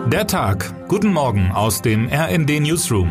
Der Tag. Guten Morgen aus dem RND Newsroom.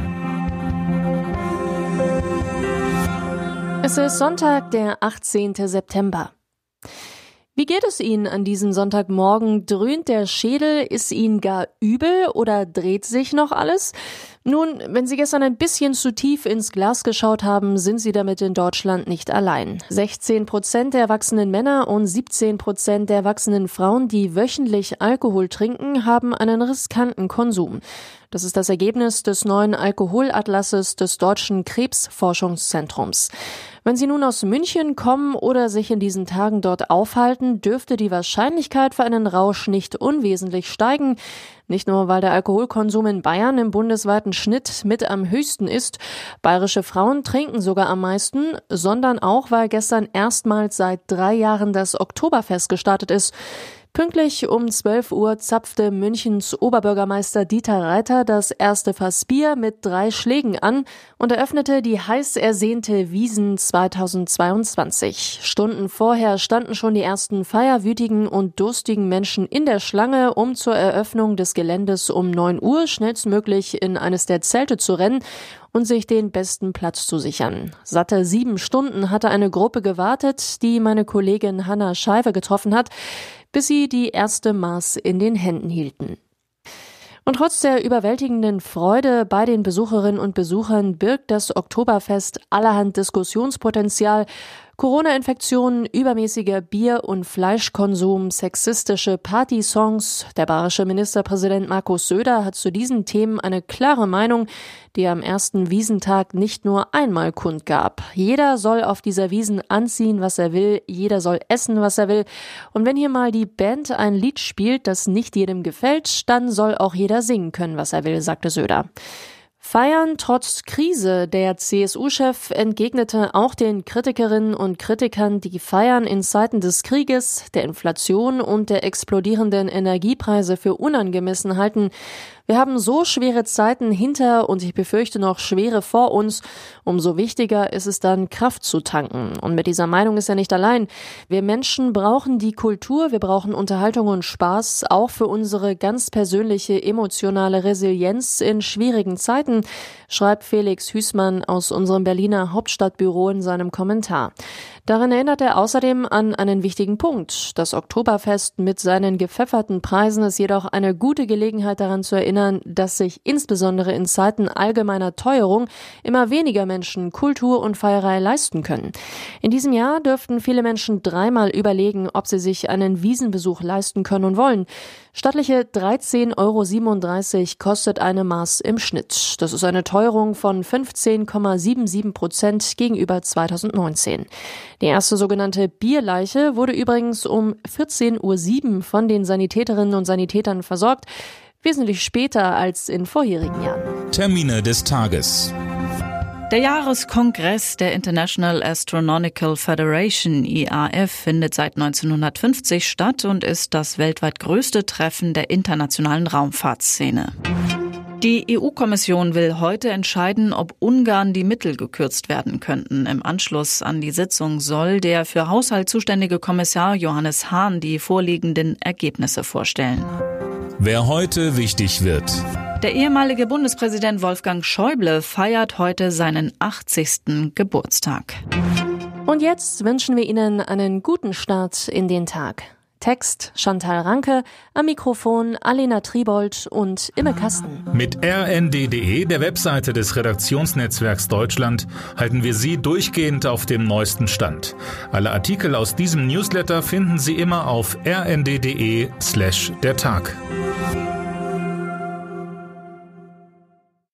Es ist Sonntag, der 18. September. Wie geht es Ihnen an diesem Sonntagmorgen? Dröhnt der Schädel? Ist Ihnen gar übel oder dreht sich noch alles? Nun, wenn Sie gestern ein bisschen zu tief ins Glas geschaut haben, sind Sie damit in Deutschland nicht allein. 16% der erwachsenen Männer und 17% der erwachsenen Frauen, die wöchentlich Alkohol trinken, haben einen riskanten Konsum. Das ist das Ergebnis des neuen Alkoholatlasses des Deutschen Krebsforschungszentrums. Wenn Sie nun aus München kommen oder sich in diesen Tagen dort aufhalten, dürfte die Wahrscheinlichkeit für einen Rausch nicht unwesentlich steigen. Nicht nur, weil der Alkoholkonsum in Bayern im bundesweiten Schnitt mit am höchsten ist, bayerische Frauen trinken sogar am meisten, sondern auch, weil gestern erstmals seit 3 Jahren das Oktoberfest gestartet ist. Pünktlich um 12 Uhr zapfte Münchens Oberbürgermeister Dieter Reiter das erste Fass Bier mit 3 Schlägen an und eröffnete die heiß ersehnte Wiesn 2022. Stunden vorher standen schon die ersten feierwütigen und durstigen Menschen in der Schlange, um zur Eröffnung des Geländes um 9 Uhr schnellstmöglich in eines der Zelte zu rennen und sich den besten Platz zu sichern. Satte 7 Stunden hatte eine Gruppe gewartet, die meine Kollegin Hanna Scheiwe getroffen hat, bis sie die erste Maß in den Händen hielten. Und trotz der überwältigenden Freude bei den Besucherinnen und Besuchern birgt das Oktoberfest allerhand Diskussionspotenzial. Corona-Infektionen, übermäßiger Bier- und Fleischkonsum, sexistische Partysongs. Der bayerische Ministerpräsident Markus Söder hat zu diesen Themen eine klare Meinung, die er am ersten Wiesentag nicht nur einmal kundgab. Jeder soll auf dieser Wiesn anziehen, was er will, jeder soll essen, was er will. Und wenn hier mal die Band ein Lied spielt, das nicht jedem gefällt, dann soll auch jeder singen können, was er will, sagte Söder. Feiern trotz Krise. Der CSU-Chef entgegnete auch den Kritikerinnen und Kritikern, die Feiern in Zeiten des Krieges, der Inflation und der explodierenden Energiepreise für unangemessen halten. Wir haben so schwere Zeiten hinter und ich befürchte noch schwere vor uns. Umso wichtiger ist es dann, Kraft zu tanken. Und mit dieser Meinung ist er nicht allein. Wir Menschen brauchen die Kultur, wir brauchen Unterhaltung und Spaß, auch für unsere ganz persönliche emotionale Resilienz in schwierigen Zeiten, schreibt Felix Hüßmann aus unserem Berliner Hauptstadtbüro in seinem Kommentar. Darin erinnert er außerdem an einen wichtigen Punkt. Das Oktoberfest mit seinen gepfefferten Preisen ist jedoch eine gute Gelegenheit daran zu erinnern, dass sich insbesondere in Zeiten allgemeiner Teuerung immer weniger Menschen Kultur und Feierei leisten können. In diesem Jahr dürften viele Menschen 3-mal überlegen, ob sie sich einen Wiesenbesuch leisten können und wollen. Stattliche 13,37 € kostet eine Maß im Schnitt. Das ist eine Teuerung von 15,77% gegenüber 2019. Die erste sogenannte Bierleiche wurde übrigens um 14:07 Uhr von den Sanitäterinnen und Sanitätern versorgt, wesentlich später als in vorherigen Jahren. Termine des Tages. Der Jahreskongress der International Astronautical Federation, IAF, findet seit 1950 statt und ist das weltweit größte Treffen der internationalen Raumfahrtszene. Die EU-Kommission will heute entscheiden, ob Ungarn die Mittel gekürzt werden könnten. Im Anschluss an die Sitzung soll der für Haushalt zuständige Kommissar Johannes Hahn die vorliegenden Ergebnisse vorstellen. Wer heute wichtig wird. Der ehemalige Bundespräsident Wolfgang Schäuble feiert heute seinen 80. Geburtstag. Und jetzt wünschen wir Ihnen einen guten Start in den Tag. Text Chantal Ranke, am Mikrofon Alena Tribold und Imme Kasten. Mit rnd.de, der Webseite des Redaktionsnetzwerks Deutschland, halten wir Sie durchgehend auf dem neuesten Stand. Alle Artikel aus diesem Newsletter finden Sie immer auf rnd.de/dertag.